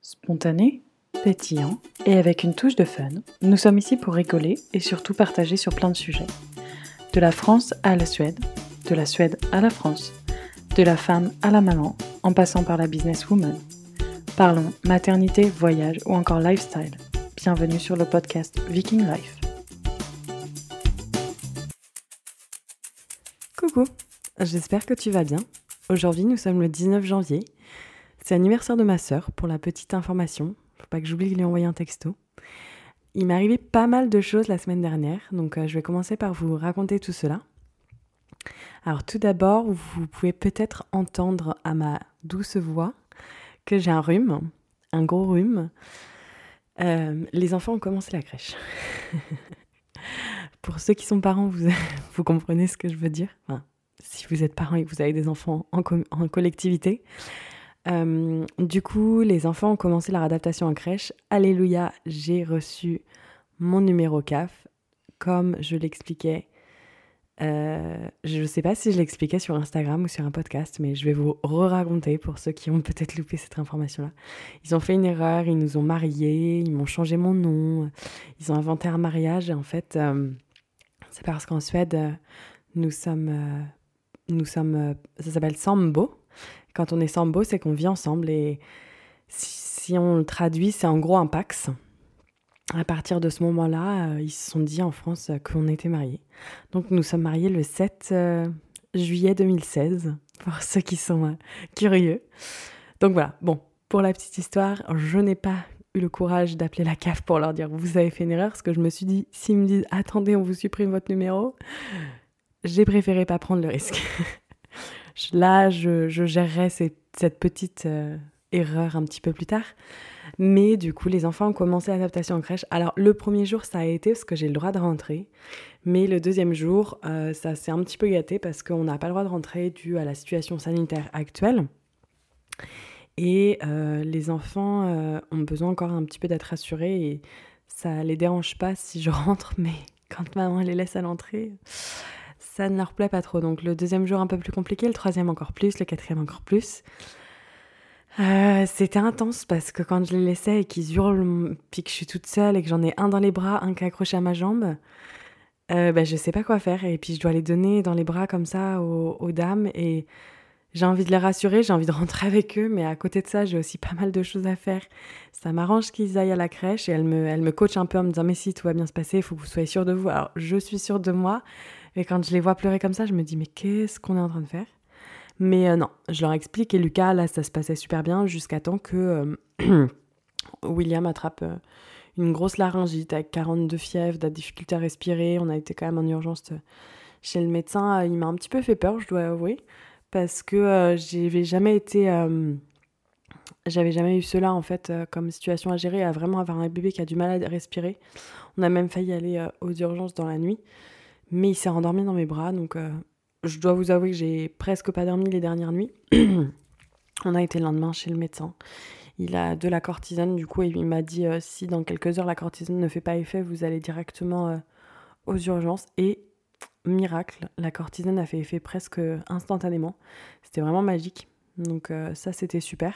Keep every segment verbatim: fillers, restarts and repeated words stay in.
Spontané, pétillant et avec une touche de fun, nous sommes ici pour rigoler et surtout partager sur plein de sujets. De la France à la Suède, de la Suède à la France, de la femme à la maman, en passant par la businesswoman. Parlons maternité, voyage ou encore lifestyle. Bienvenue sur le podcast Viking Life. Coucou, j'espère que tu vas bien. Aujourd'hui, nous sommes le dix-neuf janvier. C'est l'anniversaire de ma sœur, pour la petite information. Faut pas que j'oublie de lui envoyer un texto. Il m'est arrivé pas mal de choses la semaine dernière, donc euh, je vais commencer par vous raconter tout cela. Alors tout d'abord, vous pouvez peut-être entendre à ma douce voix que j'ai un rhume, un gros rhume. Euh, les enfants ont commencé la crèche. Pour ceux qui sont parents, vous, vous comprenez ce que je veux dire. Enfin, si vous êtes parents et que vous avez des enfants en, co- en collectivité. Euh, du coup, les enfants ont commencé leur adaptation en crèche. Alléluia, j'ai reçu mon numéro C A F. Comme je l'expliquais, euh, je ne sais pas si je l'expliquais sur Instagram ou sur un podcast, mais je vais vous re-raconter pour ceux qui ont peut-être loupé cette information-là. Ils ont fait une erreur, ils nous ont mariés, ils m'ont changé mon nom, ils ont inventé un mariage. Et en fait, euh, c'est parce qu'en Suède, euh, nous sommes, euh, nous sommes, euh, ça s'appelle sambo. Quand on est sambo, c'est qu'on vit ensemble et si, si on le traduit, c'est en gros un pax. À partir de ce moment-là, euh, ils se sont dit en France euh, qu'on était mariés. Donc nous sommes mariés le sept euh, juillet deux mille seize, pour ceux qui sont euh, curieux. Donc voilà, bon, pour la petite histoire, je n'ai pas eu le courage d'appeler la C A F pour leur dire « vous avez fait une erreur » parce que je me suis dit, s'ils me disent « attendez, on vous supprime votre numéro », j'ai préféré pas prendre le risque. Là, je, je gérerai ces, cette petite euh, erreur un petit peu plus tard. Mais du coup, les enfants ont commencé l'adaptation en crèche. Alors, le premier jour, ça a été parce que j'ai le droit de rentrer. Mais le deuxième jour, euh, ça s'est un petit peu gâté parce qu'on n'a pas le droit de rentrer dû à la situation sanitaire actuelle. Et euh, les enfants euh, ont besoin encore un petit peu d'être rassurés. Et ça les dérange pas si je rentre, mais quand maman les laisse à l'entrée, ça ne leur plaît pas trop. Donc le deuxième jour un peu plus compliqué, le troisième encore plus, le quatrième encore plus. Euh, c'était intense parce que quand je les laissais et qu'ils hurlent, puis que je suis toute seule et que j'en ai un dans les bras, un qui est accroché à ma jambe, euh, bah, je sais pas quoi faire. Et puis je dois les donner dans les bras comme ça aux, aux dames et j'ai envie de les rassurer, j'ai envie de rentrer avec eux, mais à côté de ça, j'ai aussi pas mal de choses à faire. Ça m'arrange qu'ils aillent à la crèche et elle me, elle me coach un peu en me disant « mais si, tout va bien se passer, il faut que vous soyez sûrs de vous ». Alors je suis sûre de moi et quand je les vois pleurer comme ça, je me dis « mais qu'est-ce qu'on est en train de faire ?» Mais euh, non, je leur explique et Lucas, là, ça se passait super bien jusqu'à temps que euh, William attrape euh, une grosse laryngite avec quarante-deux fièvres, de la difficulté à respirer. On a été quand même en urgence euh, chez le médecin. Il m'a un petit peu fait peur, je dois avouer, parce que euh, j'avais jamais été... Euh, j'avais jamais eu cela, en fait, euh, comme situation à gérer, à vraiment avoir un bébé qui a du mal à respirer. On a même failli aller euh, aux urgences dans la nuit, mais il s'est rendormi dans mes bras, donc... Euh, je dois vous avouer que j'ai presque pas dormi les dernières nuits. On a été le lendemain chez le médecin. Il a de la cortisone, du coup, et il m'a dit euh, si dans quelques heures la cortisone ne fait pas effet, vous allez directement euh, aux urgences. Et miracle, la cortisone a fait effet presque instantanément. C'était vraiment magique. Donc euh, ça, c'était super.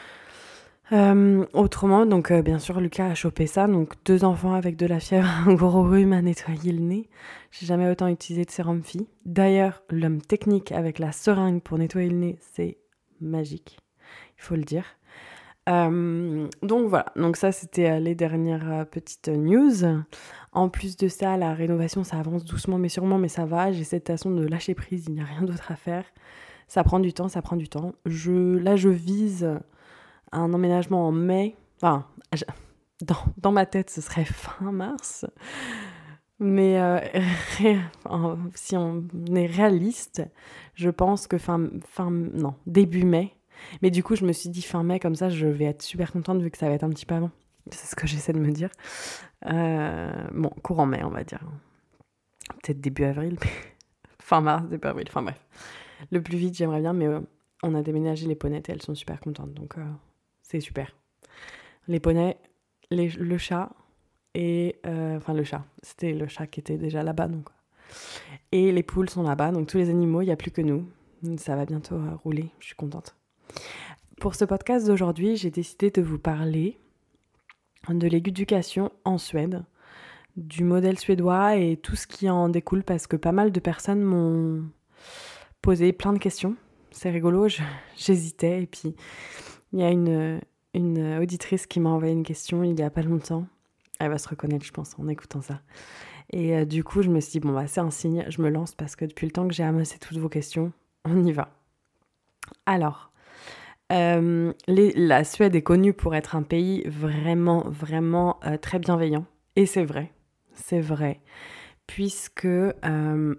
Euh, autrement, donc euh, bien sûr, Lucas a chopé ça. Donc deux enfants avec de la fièvre, un gros rhume à nettoyer le nez. J'ai jamais autant utilisé de sérum Phi. D'ailleurs, l'homme technique avec la seringue pour nettoyer le nez, c'est magique. Il faut le dire. Euh, donc voilà, donc ça c'était euh, les dernières euh, petites news. En plus de ça, la rénovation ça avance doucement mais sûrement, mais ça va. J'essaie de toute façon de lâcher prise, il n'y a rien d'autre à faire. Ça prend du temps, ça prend du temps. Je, là je vise un emménagement en mai. Enfin, je, dans, dans ma tête ce serait fin mars. Mais euh, ré, enfin, si on est réaliste, je pense que fin, fin, non, début mai. Mais du coup, je me suis dit fin mai, comme ça, je vais être super contente vu que ça va être un petit peu avant. C'est ce que j'essaie de me dire. Euh, bon, courant mai, on va dire. Peut-être début avril, mais fin mars, début avril, enfin bref. Le plus vite, j'aimerais bien, mais euh, on a déménagé les ponettes et elles sont super contentes, donc euh, c'est super. Les poneys, les, le chat et... Euh, enfin, le chat, c'était le chat qui était déjà là-bas, donc... Et les poules sont là-bas, donc tous les animaux, il n'y a plus que nous. Ça va bientôt euh, rouler, je suis contente. Pour ce podcast d'aujourd'hui, j'ai décidé de vous parler de l'éducation en Suède, du modèle suédois et tout ce qui en découle, parce que pas mal de personnes m'ont posé plein de questions. C'est rigolo, je, j'hésitais, et puis il y a une, une auditrice qui m'a envoyé une question il y a pas longtemps. Elle va se reconnaître, je pense, en écoutant ça. Et euh, du coup, je me suis dit, bon, bah, c'est un signe, je me lance, parce que depuis le temps que j'ai amassé toutes vos questions, on y va. Alors, euh, les, la Suède est connue pour être un pays vraiment, vraiment euh, très bienveillant. Et c'est vrai, c'est vrai. Puisque, euh,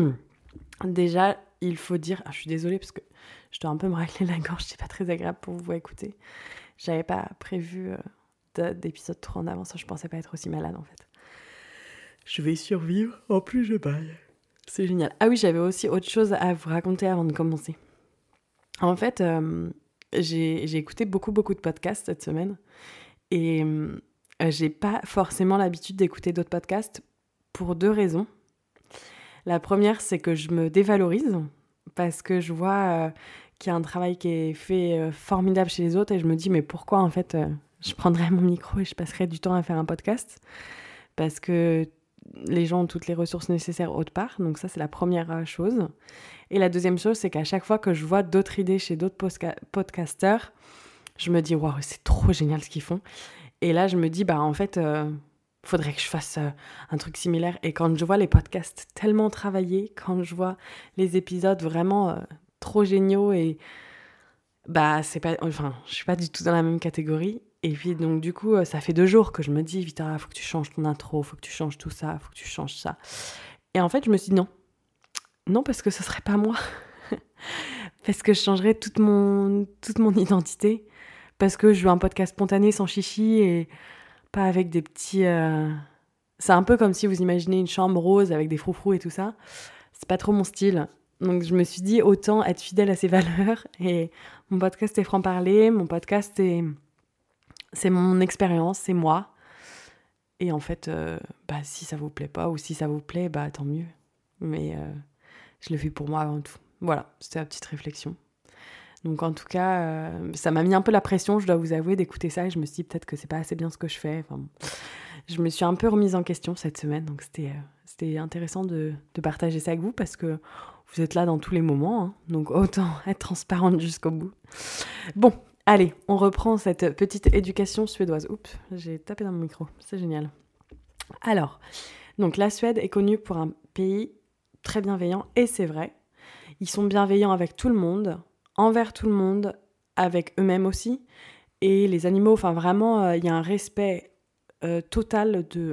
déjà, il faut dire... Ah, je suis désolée, parce que je dois un peu me racler la gorge, c'est pas très agréable pour vous écouter. J'avais pas prévu euh, d'épisode trop en avance, je pensais pas être aussi malade, en fait. Je vais survivre, en plus je baille. C'est génial. Ah oui, j'avais aussi autre chose à vous raconter avant de commencer. En fait, euh, j'ai, j'ai écouté beaucoup, beaucoup de podcasts cette semaine. Et euh, j'ai pas forcément l'habitude d'écouter d'autres podcasts pour deux raisons. La première, c'est que je me dévalorise parce que je vois euh, qu'il y a un travail qui est fait euh, formidable chez les autres et je me dis, mais pourquoi en fait, euh, je prendrais mon micro et je passerais du temps à faire un podcast ? Parce que les gens ont toutes les ressources nécessaires autre part. Donc ça, c'est la première chose. Et la deuxième chose, c'est qu'à chaque fois que je vois d'autres idées chez d'autres posca- podcasteurs, je me dis, waouh, c'est trop génial ce qu'ils font. Et là, je me dis, bah en fait, euh, faudrait que je fasse euh, un truc similaire. Et quand je vois les podcasts tellement travaillés, quand je vois les épisodes vraiment euh, trop géniaux, et bah c'est pas, enfin, je suis pas du tout dans la même catégorie. Et puis donc du coup, euh, ça fait deux jours que je me dis, Victoria, faut que tu changes ton intro, faut que tu changes tout ça, faut que tu changes ça. Et en fait, je me suis dit non, non parce que ce serait pas moi, parce que je changerais toute mon toute mon identité, parce que je veux un podcast spontané, sans chichi et pas avec des petits... Euh... C'est un peu comme si vous imaginez une chambre rose avec des froufrous et tout ça. C'est pas trop mon style. Donc je me suis dit, autant être fidèle à ses valeurs. Et mon podcast est franc-parler, mon podcast est... c'est mon expérience, c'est moi. Et en fait, euh, bah, si ça vous plaît pas ou si ça vous plaît, bah tant mieux. Mais euh, je le fais pour moi avant tout. Voilà, c'était la petite réflexion. Donc en tout cas, euh, ça m'a mis un peu la pression, je dois vous avouer, d'écouter ça. Et je me suis dit peut-être que c'est pas assez bien ce que je fais. Enfin, bon. Je me suis un peu remise en question cette semaine, donc c'était, euh, c'était intéressant de, de partager ça avec vous parce que vous êtes là dans tous les moments, hein, donc autant être transparente jusqu'au bout. Bon, allez, on reprend cette petite éducation suédoise. Oups, j'ai tapé dans mon micro, c'est génial. Alors, donc la Suède est connue pour un pays très bienveillant, et c'est vrai. Ils sont bienveillants avec tout le monde, envers tout le monde, avec eux-mêmes aussi, et les animaux, enfin vraiment, il euh, y a un respect Euh, totale de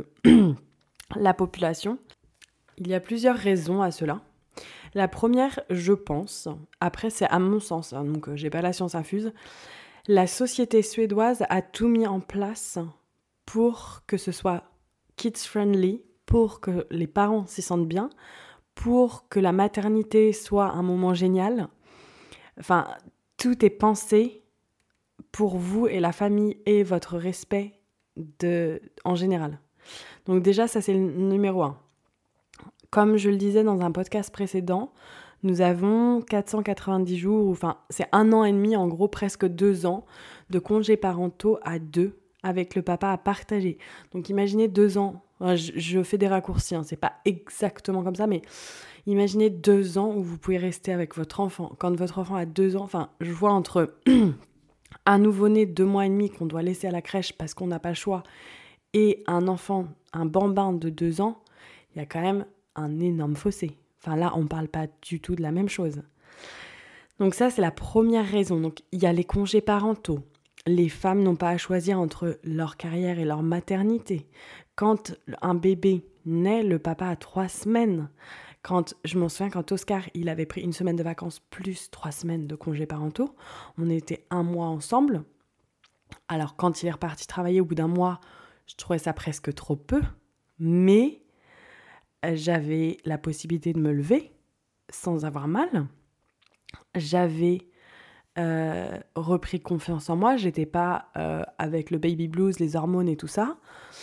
la population. Il y a plusieurs raisons à cela. La première, je pense, après c'est à mon sens, hein, donc euh, j'ai pas la science infuse, la société suédoise a tout mis en place pour que ce soit kids-friendly, pour que les parents s'y sentent bien, pour que la maternité soit un moment génial. Enfin, tout est pensé pour vous et la famille et votre respect De, en général. Donc déjà, ça c'est le numéro un. Comme je le disais dans un podcast précédent, nous avons quatre cent quatre-vingt-dix jours, enfin c'est un an et demi, en gros presque deux ans, de congés parentaux à deux, avec le papa à partager. Donc imaginez deux ans, je, je fais des raccourcis, hein, c'est pas exactement comme ça, mais imaginez deux ans où vous pouvez rester avec votre enfant. Quand votre enfant a deux ans, enfin je vois entre... un nouveau-né de deux mois et demi qu'on doit laisser à la crèche parce qu'on n'a pas le choix, et un enfant, un bambin de deux ans, il y a quand même un énorme fossé. Enfin là, on ne parle pas du tout de la même chose. Donc ça, c'est la première raison. Donc il y a les congés parentaux. Les femmes n'ont pas à choisir entre leur carrière et leur maternité. Quand un bébé naît, le papa a trois semaines. Quand, je m'en souviens, quand Oscar, il avait pris une semaine de vacances plus trois semaines de congés parentaux, on était un mois ensemble. Alors, quand il est reparti travailler au bout d'un mois, je trouvais ça presque trop peu, mais j'avais la possibilité de me lever sans avoir mal. J'avais euh, repris confiance en moi, j'étais pas euh, avec le baby blues, les hormones et tout ça.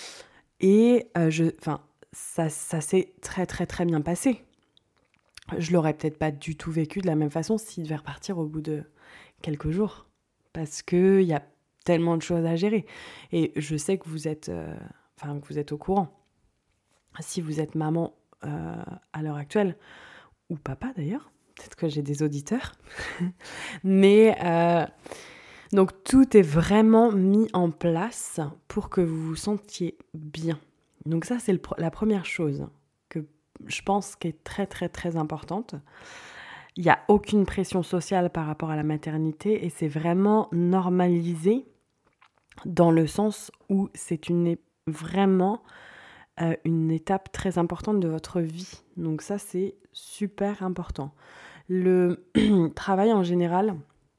Et euh, je, enfin, ça, ça s'est très très très bien passé. Je l'aurais peut-être pas du tout vécu de la même façon s'il devait repartir au bout de quelques jours. parce qu'il y a tellement de choses à gérer. Et je sais que vous êtes, euh, enfin, que vous êtes au courant. Si vous êtes maman euh, à l'heure actuelle, ou papa d'ailleurs, peut-être que j'ai des auditeurs, mais euh, donc tout est vraiment mis en place pour que vous vous sentiez bien. Donc ça, c'est le, la première chose que je pense qui est très très très importante. Il n'y a aucune pression sociale par rapport à la maternité et c'est vraiment normalisé dans le sens où c'est une, vraiment euh, une étape très importante de votre vie. Donc ça, c'est super important. Le travail en général,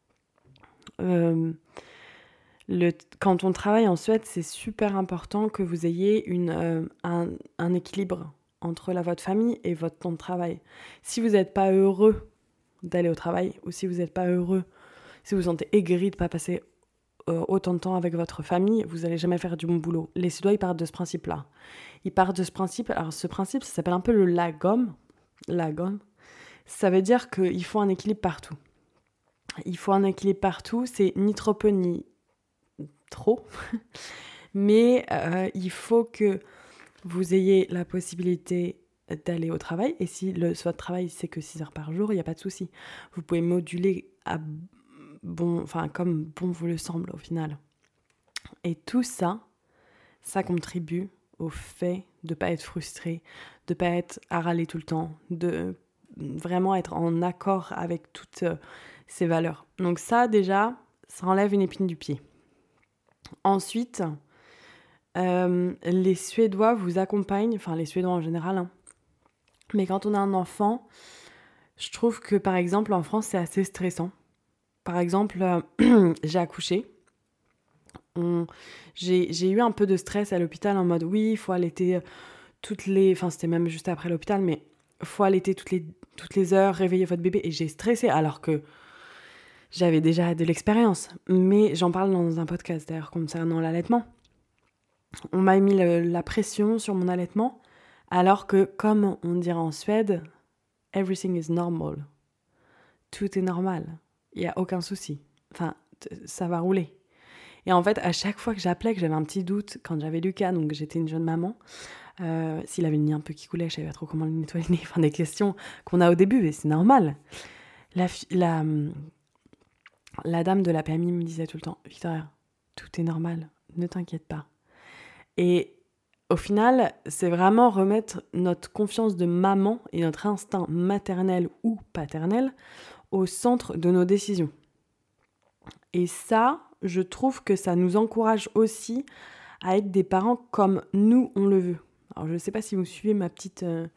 euh, le, quand on travaille en Suède, c'est super important que vous ayez une, euh, un, un équilibre entre la, votre famille et votre temps de travail. Si vous n'êtes pas heureux d'aller au travail, ou si vous n'êtes pas heureux, si vous vous sentez aigri de ne pas passer euh, autant de temps avec votre famille, vous n'allez jamais faire du bon boulot. Les Suédois, ils partent de ce principe-là. Ils partent de ce principe, alors ce principe, ça s'appelle un peu le lagom. Lagom. Ça veut dire qu'il faut un équilibre partout. Il faut un équilibre partout, c'est ni trop peu ni trop, mais euh, il faut que vous ayez la possibilité d'aller au travail, et si le, votre travail c'est que six heures par jour, il n'y a pas de souci. Vous pouvez moduler à bon, enfin, comme bon vous le semble au final. Et tout ça, ça contribue au fait de ne pas être frustré, de ne pas être à râler tout le temps, de vraiment être en accord avec toutes euh, ces valeurs. Donc ça, déjà, ça enlève une épine du pied. Ensuite, euh, les Suédois vous accompagnent, enfin les Suédois en général, hein, mais quand on a un enfant, je trouve que par exemple en France, c'est assez stressant. Par exemple, euh, j'ai accouché. On, j'ai, j'ai eu un peu de stress à l'hôpital en mode oui, il faut allaiter toutes les... Enfin, c'était même juste après l'hôpital, mais il faut allaiter toutes les, toutes les heures, réveiller votre bébé. Et j'ai stressé alors que j'avais déjà de l'expérience. Mais j'en parle dans un podcast d'ailleurs concernant l'allaitement. On m'a mis le, la pression sur mon allaitement alors que, comme on dirait en Suède, everything is normal. Tout est normal. Il n'y a aucun souci. Enfin, t- ça va rouler. Et en fait, à chaque fois que j'appelais, que j'avais un petit doute, quand j'avais Lucas, donc j'étais une jeune maman, euh, s'il avait le nez un peu qui coulait, je savais pas trop comment le nettoyer le nez, enfin des questions qu'on a au début, mais c'est normal. La, la, la dame de la P M I me disait tout le temps, Victoria, tout est normal, ne t'inquiète pas. Et au final, c'est vraiment remettre notre confiance de maman et notre instinct maternel ou paternel au centre de nos décisions. Et ça, je trouve que ça nous encourage aussi à être des parents comme nous, on le veut. Alors, je ne sais pas si vous suivez ma petite... Euh,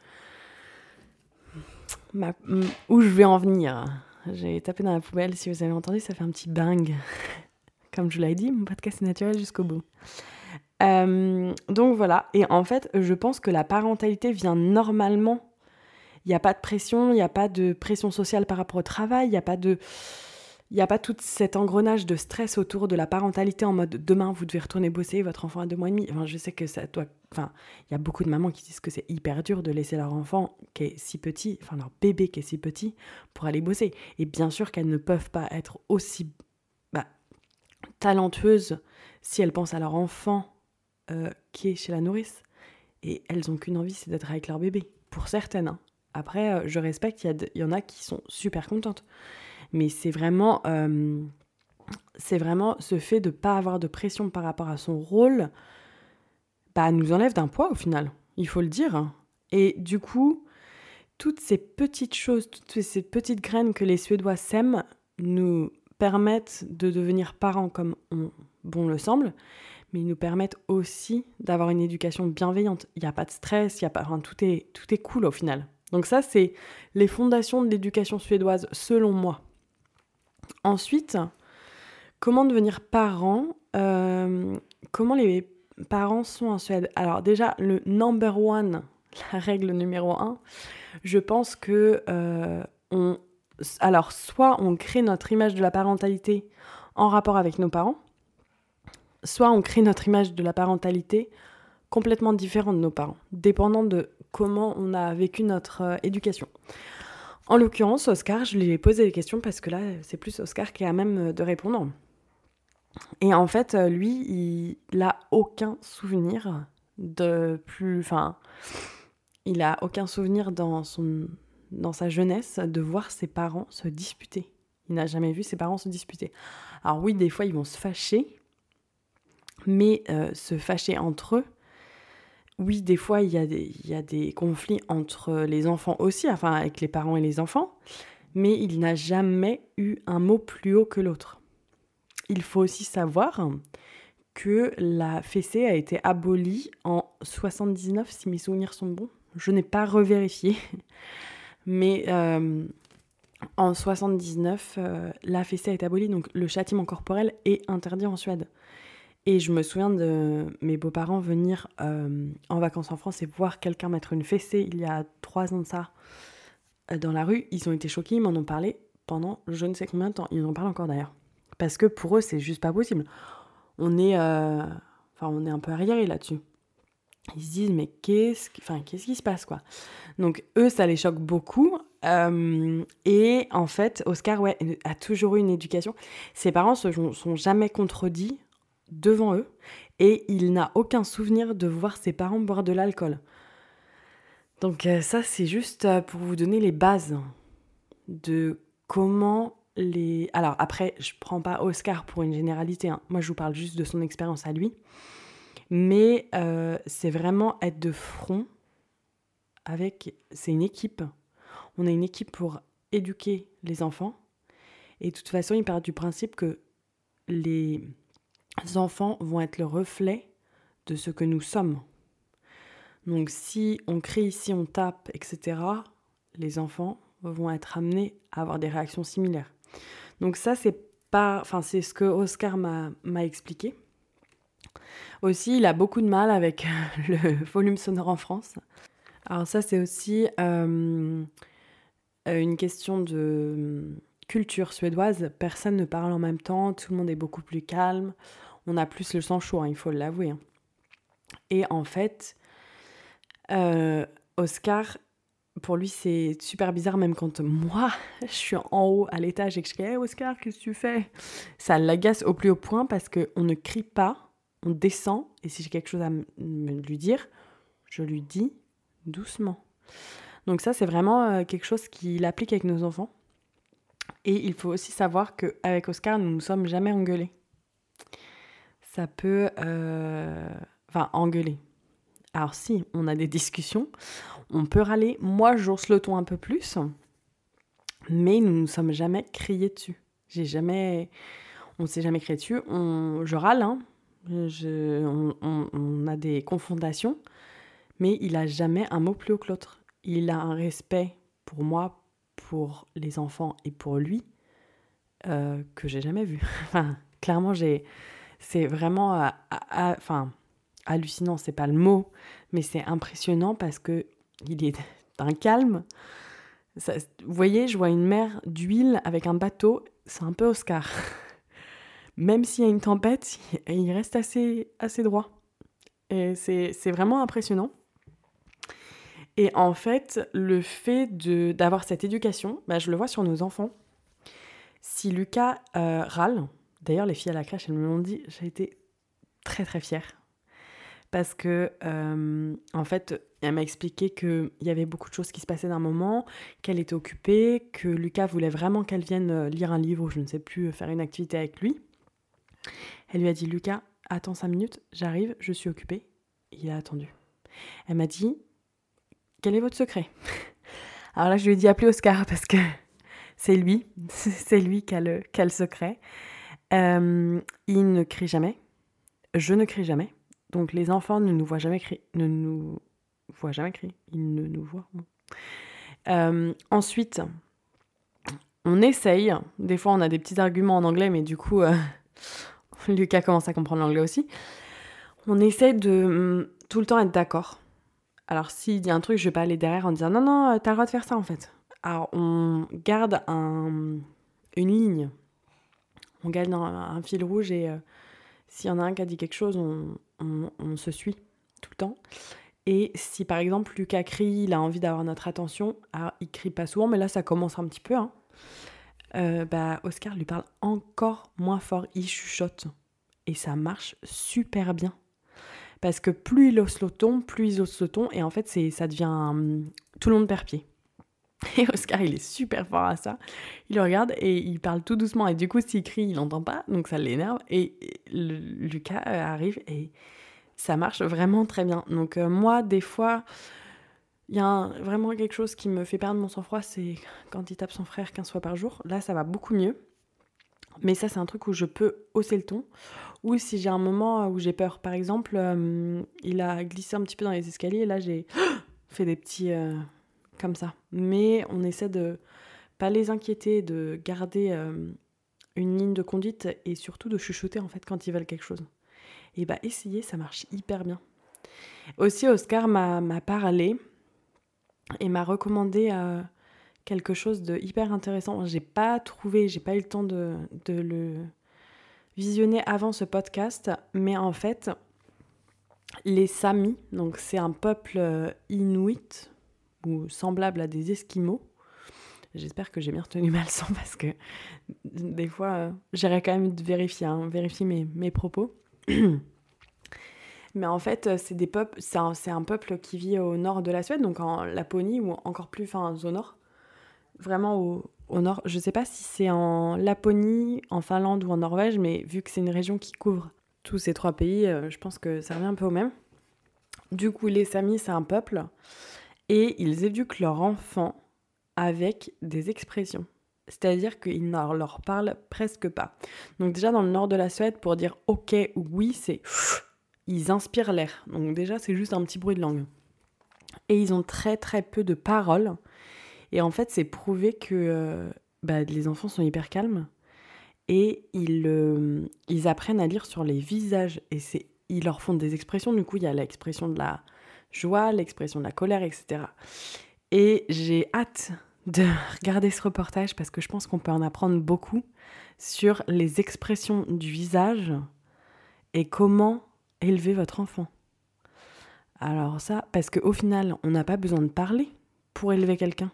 ma, où je vais en venir. J'ai tapé dans la poubelle, si vous avez entendu, ça fait un petit bang. Comme je vous l'avais dit, mon podcast est naturel jusqu'au bout. Euh, donc voilà, et en fait, je pense que la parentalité vient normalement. Il n'y a pas de pression, il n'y a pas de pression sociale par rapport au travail, il n'y a pas de... Il n'y a pas tout cet engrenage de stress autour de la parentalité en mode demain vous devez retourner bosser, votre enfant a deux mois et demi. Enfin, je sais que ça doit. Enfin, il y a beaucoup de mamans qui disent que c'est hyper dur de laisser leur enfant qui est si petit, enfin leur bébé qui est si petit, pour aller bosser. Et bien sûr qu'elles ne peuvent pas être aussi bah, talentueuses si elles pensent à leur enfant euh, qui est chez la nourrice. Et elles n'ont qu'une envie, c'est d'être avec leur bébé. Pour certaines. Hein. Après, euh, je respecte, il y, de, y en a qui sont super contentes. Mais c'est vraiment, euh, c'est vraiment ce fait de ne pas avoir de pression par rapport à son rôle, bah, nous enlève d'un poids au final, il faut le dire. Et du coup, toutes ces petites choses, toutes ces petites graines que les Suédois sèment nous permettent de devenir parents comme on, bon le semble, mais ils nous permettent aussi d'avoir une éducation bienveillante. Il n'y a pas de stress, il y a pas, enfin, tout est, tout est cool au final. Donc ça, c'est les fondations de l'éducation suédoise selon moi. Ensuite, comment devenir parent euh, Comment les parents sont en Suède? Alors déjà, le number one, la règle numéro un, je pense que euh, on, alors soit on crée notre image de la parentalité en rapport avec nos parents, soit on crée notre image de la parentalité complètement différente de nos parents, dépendant de comment on a vécu notre euh, éducation. En l'occurrence, Oscar, je lui ai posé des questions parce que là, c'est plus Oscar qui est à même de répondre. Et en fait, euh, lui, il n'a aucun souvenir de plus... Enfin, il a aucun souvenir dans, son, dans sa jeunesse de voir ses parents se disputer. Il n'a jamais vu ses parents se disputer. Alors oui, des fois, ils vont se fâcher, mais euh, se fâcher entre eux, oui, des fois, il y a des, il y a des conflits entre les enfants aussi, enfin, avec les parents et les enfants, mais il n'a jamais eu un mot plus haut que l'autre. Il faut aussi savoir que la fessée a été abolie en soixante-dix-neuf, si mes souvenirs sont bons. Je n'ai pas revérifié, mais euh, en soixante-dix-neuf, euh, la fessée a été abolie, donc le châtiment corporel est interdit en Suède. Et je me souviens de mes beaux-parents venir euh, en vacances en France et voir quelqu'un mettre une fessée il y a trois ans de ça euh, dans la rue. Ils ont été choqués, ils m'en ont parlé pendant je ne sais combien de temps. Ils en parlent encore d'ailleurs. Parce que pour eux, c'est juste pas possible. On est, euh, enfin, on est un peu arriérés là-dessus. Ils se disent, mais qu'est-ce qui, enfin, qu'est-ce qui se passe, quoi. Donc, eux, ça les choque beaucoup. Euh, et en fait, Oscar, ouais, a toujours eu une éducation. Ses parents se sont, sont jamais contredits devant eux. Et il n'a aucun souvenir de voir ses parents boire de l'alcool. Donc, euh, ça, c'est juste pour vous donner les bases de comment les... Alors, après, je prends pas Oscar pour une généralité. Hein. Moi, je vous parle juste de son expérience à lui. Mais euh, c'est vraiment être de front avec... C'est une équipe. On a une équipe pour éduquer les enfants. Et de toute façon, il part du principe que les enfants vont être le reflet de ce que nous sommes. Donc si on crie, si on tape, et cetera, les enfants vont être amenés à avoir des réactions similaires. Donc ça, c'est pas... Enfin, c'est ce que Oscar m'a, m'a expliqué. Aussi, il a beaucoup de mal avec le volume sonore en France. Alors ça, c'est aussi euh, une question de culture suédoise. Personne ne parle en même temps, tout le monde est beaucoup plus calme. On a plus le sang chaud, hein, il faut l'avouer. Hein. Et en fait, euh, Oscar, pour lui, c'est super bizarre, même quand moi, je suis en haut à l'étage et que je dis hey, « Oscar, qu'est-ce que tu fais ?» Ça l'agace au plus haut point parce qu'on ne crie pas, on descend. Et si j'ai quelque chose à m- me lui dire, je lui dis doucement. Donc ça, c'est vraiment euh, quelque chose qu'il applique avec nos enfants. Et il faut aussi savoir qu'avec Oscar, nous ne nous sommes jamais engueulés. Ça peut... Euh... Enfin, engueuler. Alors si, on a des discussions, on peut râler. Moi, j'hausse le ton un peu plus, mais nous ne nous sommes jamais criés dessus. J'ai jamais... On ne s'est jamais crié dessus. On... Je râle, hein. Je... On, on, on a des confrontations, mais il a jamais un mot plus haut que l'autre. Il a un respect pour moi, pour les enfants et pour lui, euh, que j'ai jamais vu. Enfin, clairement, j'ai... c'est vraiment... à, à, à... Enfin, hallucinant, c'est pas le mot, mais c'est impressionnant parce que il est d'un calme. Ça, vous voyez, je vois une mer d'huile avec un bateau, c'est un peu Oscar. Même s'il y a une tempête, il reste assez, assez droit. Et c'est, c'est vraiment impressionnant. Et en fait, le fait de, d'avoir cette éducation, bah, je le vois sur nos enfants. Si Lucas euh, râle, d'ailleurs les filles à la crèche, elles me l'ont dit, j'ai été très très fière. Parce que, euh, en fait, elle m'a expliqué qu'il y avait beaucoup de choses qui se passaient d'un moment, qu'elle était occupée, que Lucas voulait vraiment qu'elle vienne lire un livre ou je ne sais plus, faire une activité avec lui. Elle lui a dit « Lucas, attends cinq minutes, j'arrive, je suis occupée. » Il a attendu. Elle m'a dit « Quel est votre secret ?» Alors là, je lui ai dit « Appelez Oscar parce que c'est lui, c'est lui qui a le, qui a le secret. Euh, » Il ne crie jamais, je ne crie jamais. Donc les enfants ne nous voient jamais crier, ne nous voient jamais crier, ils ne nous voient. Bon. Euh, ensuite, on essaye. Des fois, on a des petits arguments en anglais, mais du coup, euh, Lucas commence à comprendre l'anglais aussi. On essaie de hum, tout le temps être d'accord. Alors s'il dit un truc, je vais pas aller derrière en disant non non, t'as le droit de faire ça en fait. Alors on garde un, une ligne, on garde un, un fil rouge et euh, s'il y en a un qui a dit quelque chose, on On, on se suit tout le temps. Et si par exemple Lucas crie, il a envie d'avoir notre attention, alors il crie pas souvent, mais là ça commence un petit peu, hein. Euh, bah, Oscar lui parle encore moins fort, il chuchote. et ça marche super bien. Parce que plus il hausse le ton, plus il hausse le ton, et en fait, c'est, ça devient um, tout le monde perd pied. Et Oscar, il est super fort à ça. Il le regarde et il parle tout doucement. Et du coup, s'il crie, il n'entend pas, donc ça l'énerve. Et le, Lucas euh, arrive et ça marche vraiment très bien. Donc euh, moi, des fois, il y a un, vraiment quelque chose qui me fait perdre mon sang-froid, c'est quand il tape son frère quinze fois par jour. Là, ça va beaucoup mieux. Mais ça, c'est un truc où je peux hausser le ton. Ou si j'ai un moment où j'ai peur. Par exemple, euh, il a glissé un petit peu dans les escaliers. Et là, j'ai fait des petits... Euh, comme ça. Mais on essaie de pas les inquiéter, de garder euh, une ligne de conduite et surtout de chuchoter en fait quand ils veulent quelque chose. Et bah essayer, ça marche hyper bien. Aussi, Oscar m'a, m'a parlé et m'a recommandé euh, quelque chose de hyper intéressant. J'ai pas trouvé, j'ai pas eu le temps de, de le visionner avant ce podcast, mais en fait, les Samis, donc c'est un peuple euh, inuit ou semblable à des Esquimaux. J'espère que j'ai bien retenu ma leçon parce que des fois, euh, j'irais quand même vérifier, hein, vérifier mes, mes propos. Mais en fait, c'est, des peuples, c'est, un, c'est un peuple qui vit au nord de la Suède, donc en Laponie ou encore plus enfin, au nord. Vraiment au, au nord. Je ne sais pas si c'est en Laponie, en Finlande ou en Norvège, mais vu que c'est une région qui couvre tous ces trois pays, euh, je pense que ça revient un peu au même. Du coup, les Samis, c'est un peuple et ils éduquent leurs enfants avec des expressions. C'est-à-dire qu'ils ne leur parlent presque pas. Donc déjà, dans le nord de la Suède, pour dire « ok » ou « oui », c'est « ils inspirent l'air ». Donc déjà, c'est juste un petit bruit de langue. Et ils ont très très peu de paroles. Et en fait, c'est prouvé que euh, bah, les enfants sont hyper calmes. Et ils, euh, ils apprennent à lire sur les visages. Et c'est, ils leur font des expressions. Du coup, il y a l'expression de la joie, l'expression de la colère, et cetera. Et j'ai hâte de regarder ce reportage parce que je pense qu'on peut en apprendre beaucoup sur les expressions du visage et comment élever votre enfant. Alors ça, parce qu'au final, on n'a pas besoin de parler pour élever quelqu'un.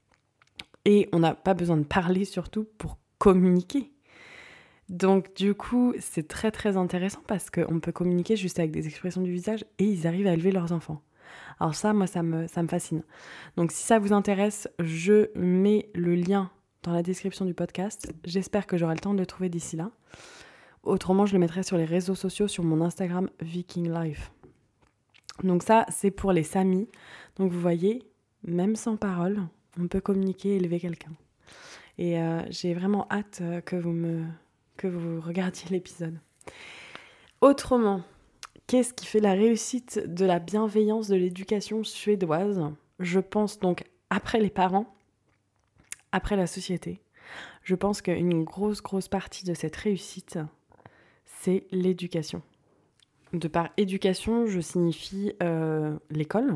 Et on n'a pas besoin de parler surtout pour communiquer. Donc du coup, c'est très très intéressant parce qu'on peut communiquer juste avec des expressions du visage et ils arrivent à élever leurs enfants. Alors ça, moi, ça me, ça me fascine. Donc si ça vous intéresse, je mets le lien dans la description du podcast. J'espère que j'aurai le temps de le trouver d'ici là. Autrement, je le mettrai sur les réseaux sociaux, sur mon Instagram Viking Life. Donc ça, c'est pour les Samis. Donc vous voyez, même sans parole, on peut communiquer et élever quelqu'un. Et euh, j'ai vraiment hâte euh, que vous me, que vous regardiez l'épisode. Autrement, qu'est-ce qui fait la réussite de la bienveillance de l'éducation suédoise ? Je pense donc après les parents, après la société. Je pense qu'une grosse, grosse partie de cette réussite, c'est l'éducation. De par éducation, je signifie euh, l'école.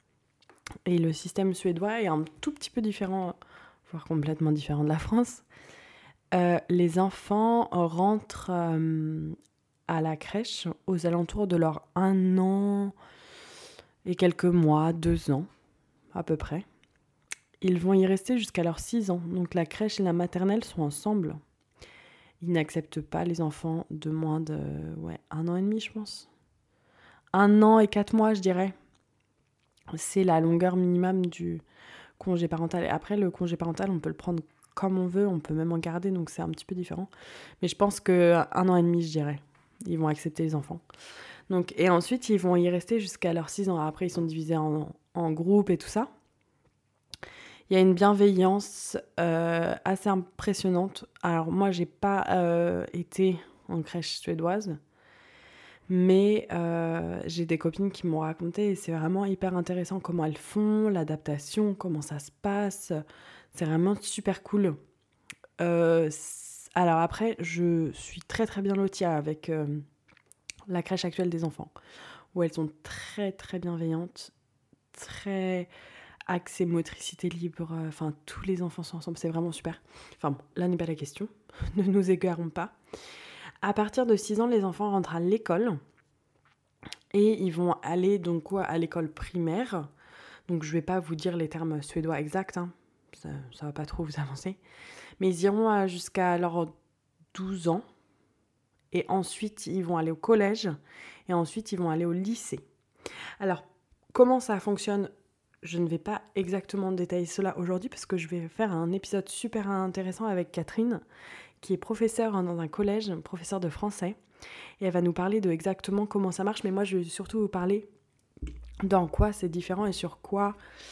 Et le système suédois est un tout petit peu différent, voire complètement différent de la France. Euh, les enfants rentrent euh, à la crèche aux alentours de leur un an et quelques mois, deux ans à peu près. Ils vont y rester jusqu'à leurs six ans. Donc la crèche et la maternelle sont ensemble. Ils n'acceptent pas les enfants de moins de ouais, un an et demi, je pense. Un an et quatre mois, je dirais. C'est la longueur minimum du congé parental. Et après, le congé parental, on peut le prendre comme on veut, on peut même en garder, donc c'est un petit peu différent. Mais je pense qu'un an et demi, je dirais, ils vont accepter les enfants. Donc, et ensuite, ils vont y rester jusqu'à leurs six ans. Après, ils sont divisés en, en groupes et tout ça. Il y a une bienveillance euh, assez impressionnante. Alors moi, j'ai pas euh, été en crèche suédoise, mais euh, j'ai des copines qui m'ont raconté et c'est vraiment hyper intéressant comment elles font, l'adaptation, comment ça se passe. C'est vraiment super cool. Euh, alors après, je suis très très bien lotie avec euh, la crèche actuelle des enfants, où elles sont très très bienveillantes, très accès motricité libre, enfin euh, tous les enfants sont ensemble, c'est vraiment super. Enfin bon, là n'est pas la question, ne nous égarons pas. À partir de six ans, les enfants rentrent à l'école et ils vont aller donc quoi, à l'école primaire. Donc je vais pas vous dire les termes suédois exacts, hein. ça, ça va pas trop vous avancer. Mais ils iront jusqu'à leurs douze ans. et ensuite ils vont aller au collège, et ensuite ils vont aller au lycée. Alors, comment ça fonctionne ? Je ne vais pas exactement détailler cela aujourd'hui parce que je vais faire un épisode super intéressant avec Catherine, qui est professeure dans un collège, professeure de français, et elle va nous parler de exactement comment ça marche, mais moi je vais surtout vous parler dans quoi c'est différent et sur quoi...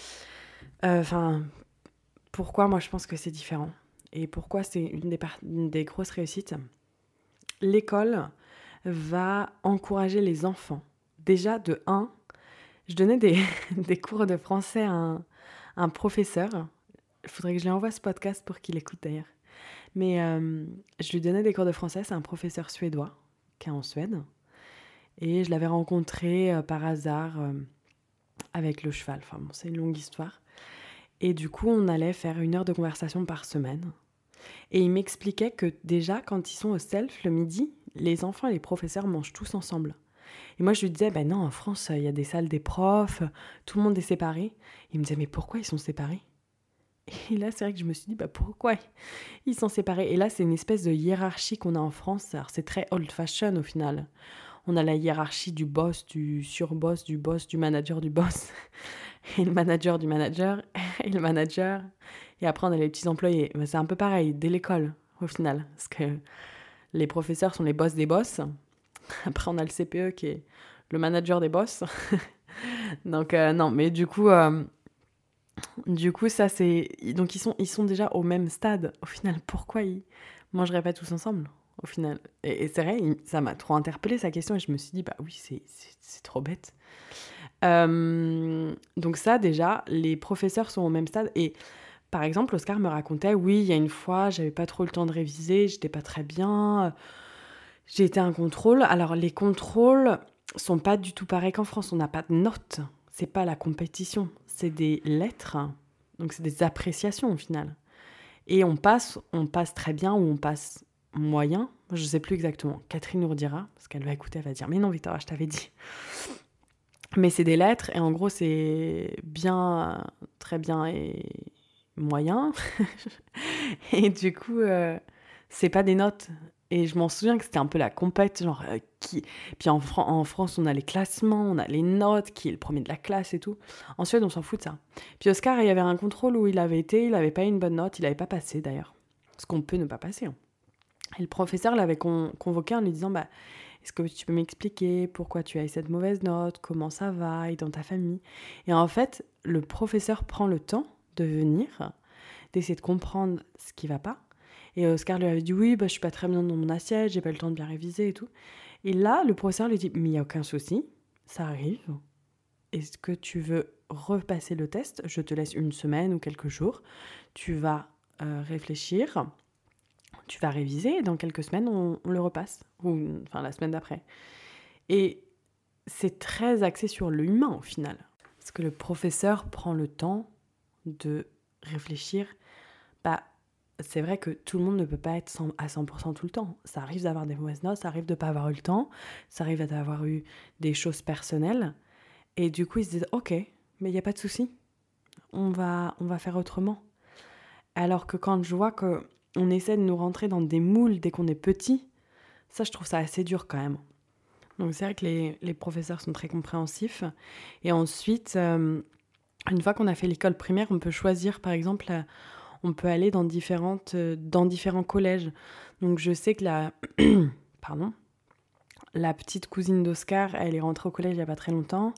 Enfin, euh, pourquoi moi je pense que c'est différent et pourquoi c'est une des, par- une des grosses réussites. L'école va encourager les enfants. Déjà, de un, je donnais des, des cours de français à un, un professeur. Il faudrait que je lui envoie ce podcast pour qu'il écoute d'ailleurs. Mais euh, je lui donnais des cours de français, c'est un professeur suédois qui est en Suède. Et je l'avais rencontré euh, par hasard euh, avec le cheval. Enfin bon, c'est une longue histoire. Et du coup, on allait faire une heure de conversation par semaine. Et il m'expliquait que déjà, quand ils sont au self, le midi, les enfants et les professeurs mangent tous ensemble. Et moi, je lui disais, ben non, en France, il y a des salles des profs, tout le monde est séparé. Il me disait, mais pourquoi ils sont séparés ? Et là, c'est vrai que je me suis dit, bah pourquoi ils sont séparés ? Et là, c'est une espèce de hiérarchie qu'on a en France. Alors, c'est très old-fashion au final. On a la hiérarchie du boss, du surboss, du boss, du manager, du boss. Et le manager du manager, et le manager. Et après, on a les petits employés. Mais c'est un peu pareil, dès l'école, au final. Parce que les professeurs sont les boss des boss. Après, on a le C P E qui est le manager des boss. Donc, euh, non, mais du coup... Euh, Du coup, ça, c'est... Donc, ils sont, ils sont déjà au même stade. Au final, pourquoi ils mangeraient pas tous ensemble, au final ? Et, et c'est vrai, il- ça m'a trop interpellée, sa question, et je me suis dit, bah oui, c'est, c'est, c'est trop bête. Euh, donc ça, déjà, les professeurs sont au même stade. Et par exemple, Oscar me racontait, oui, il y a une fois, j'avais pas trop le temps de réviser, j'étais pas très bien, j'ai été à un contrôle. Alors, les contrôles sont pas du tout pareils qu'en France, on n'a pas de notes. C'est pas la compétition, c'est des lettres, donc c'est des appréciations au final. Et on passe, on passe très bien ou on passe moyen, je sais plus exactement. Catherine nous redira, parce qu'elle va écouter, elle va dire « Mais non Victoria, je t'avais dit ». Mais c'est des lettres et en gros c'est bien, très bien et moyen. Et du coup, euh, c'est pas des notes. Et je m'en souviens que c'était un peu la compète, genre euh, qui. Puis en, Fran- en France, on a les classements, on a les notes, qui est le premier de la classe et tout. En Suède, on s'en fout de ça. Puis Oscar, il y avait un contrôle où il avait été, il avait pas eu une bonne note, il avait pas passé d'ailleurs. Ce qu'on peut ne pas passer. Hein. Et le professeur l'avait con- convoqué en lui disant bah, est-ce que tu peux m'expliquer pourquoi tu as eu cette mauvaise note, comment ça va, et dans ta famille. Et en fait, le professeur prend le temps de venir, d'essayer de comprendre ce qui va pas. Et Oscar lui avait dit oui, bah, je suis pas très bien dans mon assiette, j'ai pas le temps de bien réviser et tout. Et là, le professeur lui dit mais il n'y a aucun souci, ça arrive. Est-ce que tu veux repasser le test ? Je te laisse une semaine ou quelques jours. Tu vas euh, réfléchir, tu vas réviser et dans quelques semaines, on, on le repasse. Ou enfin la semaine d'après. Et c'est très axé sur l'humain au final. Parce que le professeur prend le temps de réfléchir. Bah, c'est vrai que tout le monde ne peut pas être à cent pour cent tout le temps. Ça arrive d'avoir des mauvaises notes, ça arrive de ne pas avoir eu le temps, ça arrive d'avoir eu des choses personnelles. Et du coup, ils se disent « Ok, mais il n'y a pas de souci, on va, on va faire autrement. » Alors que quand je vois qu'on essaie de nous rentrer dans des moules dès qu'on est petit, ça, je trouve ça assez dur quand même. Donc c'est vrai que les, les professeurs sont très compréhensifs. Et ensuite, euh, une fois qu'on a fait l'école primaire, on peut choisir, par exemple... La, on peut aller dans, différentes, euh, dans différents collèges. Donc je sais que la, pardon, la petite cousine d'Oscar, elle est rentrée au collège il n'y a pas très longtemps.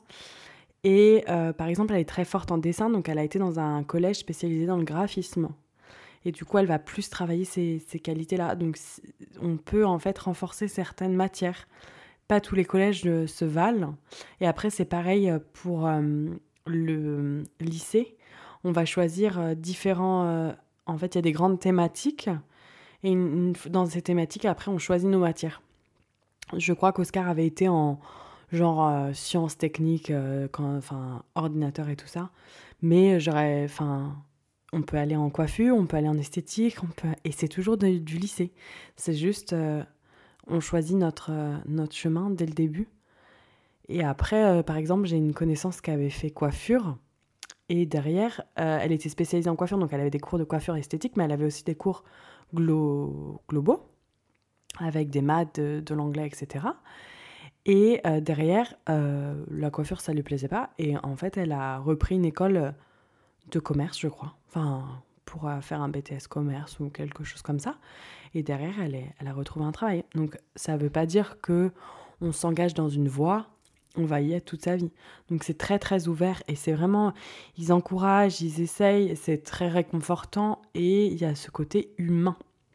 Et euh, par exemple, elle est très forte en dessin, donc elle a été dans un collège spécialisé dans le graphisme. Et du coup, elle va plus travailler ces, ces qualités-là. Donc on peut en fait renforcer certaines matières. Pas tous les collèges euh, se valent. Et après, c'est pareil pour euh, le lycée. On va choisir euh, différents... Euh, en fait, il y a des grandes thématiques. Et une, une, dans ces thématiques, après, on choisit nos matières. Je crois qu'Oscar avait été en genre euh, sciences techniques, euh, quand, enfin, ordinateur et tout ça. Mais j'aurais... Enfin, on peut aller en coiffure, on peut aller en esthétique. On peut, et c'est toujours de, du lycée. C'est juste... Euh, on choisit notre, euh, notre chemin dès le début. Et après, euh, par exemple, j'ai une connaissance qui avait fait coiffure. Et derrière, euh, elle était spécialisée en coiffure, donc elle avait des cours de coiffure esthétique, mais elle avait aussi des cours glo- globaux. avec des maths, de, de l'anglais, et cetera. Et euh, derrière, euh, la coiffure, ça lui plaisait pas. Et en fait, elle a repris une école de commerce, je crois. Enfin, pour euh, faire un B T S commerce ou quelque chose comme ça. Et derrière, elle, est, elle a retrouvé un travail. Donc, ça veut pas dire que on s'engage dans une voie, on va y être toute sa vie. Donc, c'est très, très ouvert. Et c'est vraiment... Ils encouragent, ils essayent. C'est très réconfortant. Et il y a ce côté humain.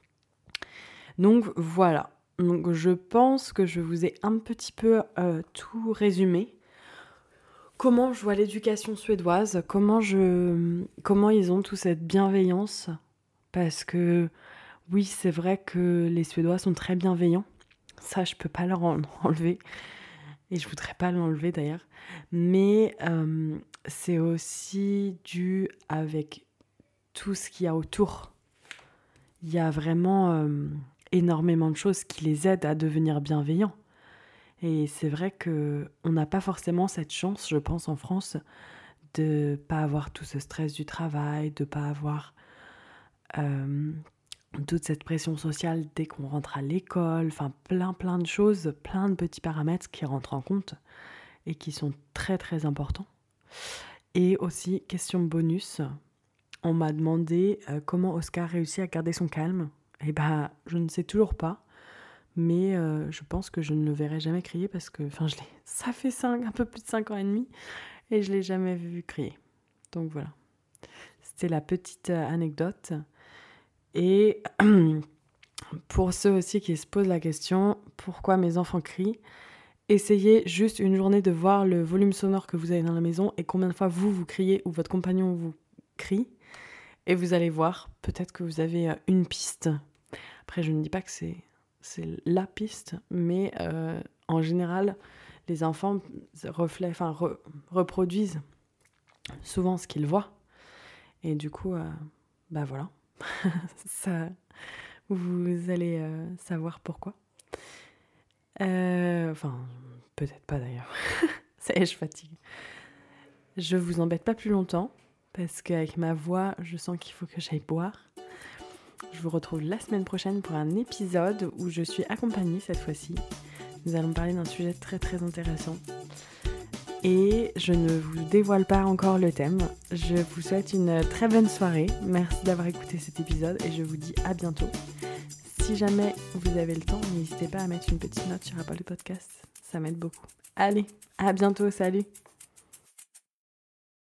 Donc, voilà. Donc, je pense que je vous ai un petit peu euh, tout résumé. Comment je vois l'éducation suédoise, comment, je, comment ils ont toute cette bienveillance. Parce que, oui, c'est vrai que les Suédois sont très bienveillants. Ça, je peux pas leur en enlever. Et je voudrais pas l'enlever d'ailleurs. Mais euh, c'est aussi dû avec tout ce qu'il y a autour. Il y a vraiment... Euh, énormément de choses qui les aident à devenir bienveillants. Et c'est vrai qu'on n'a pas forcément cette chance, je pense, en France, de ne pas avoir tout ce stress du travail, de ne pas avoir euh, toute cette pression sociale dès qu'on rentre à l'école, enfin plein plein de choses, plein de petits paramètres qui rentrent en compte et qui sont très très importants. Et aussi, question bonus, on m'a demandé euh, comment Oscar réussit à garder son calme. Eh ben, je ne sais toujours pas, mais euh, je pense que je ne le verrai jamais crier parce que, enfin, je l'ai. Ça fait cinq, un peu plus de cinq ans et demi et je l'ai jamais vu crier. Donc voilà, c'était la petite euh, anecdote. Et pour ceux aussi qui se posent la question, pourquoi mes enfants crient ? Essayez juste une journée de voir le volume sonore que vous avez dans la maison et combien de fois vous vous criez ou votre compagnon vous crie. Et vous allez voir, peut-être que vous avez euh, une piste. Après, je ne dis pas que c'est, c'est la piste, mais euh, en général, les enfants reflètent, enfin, re, reproduisent souvent ce qu'ils voient. Et du coup, euh, bah voilà, ça, vous allez euh, savoir pourquoi. Euh, enfin, peut-être pas d'ailleurs. Ça y est, je fatigue. Je vous embête pas plus longtemps, parce qu'avec ma voix, je sens qu'il faut que j'aille boire. Je vous retrouve la semaine prochaine pour un épisode où je suis accompagnée cette fois-ci. Nous allons parler d'un sujet très très intéressant. Et je ne vous dévoile pas encore le thème. Je vous souhaite une très bonne soirée. Merci d'avoir écouté cet épisode et je vous dis à bientôt. Si jamais vous avez le temps, n'hésitez pas à mettre une petite note sur Apple Podcast. Ça m'aide beaucoup. Allez, à bientôt, salut!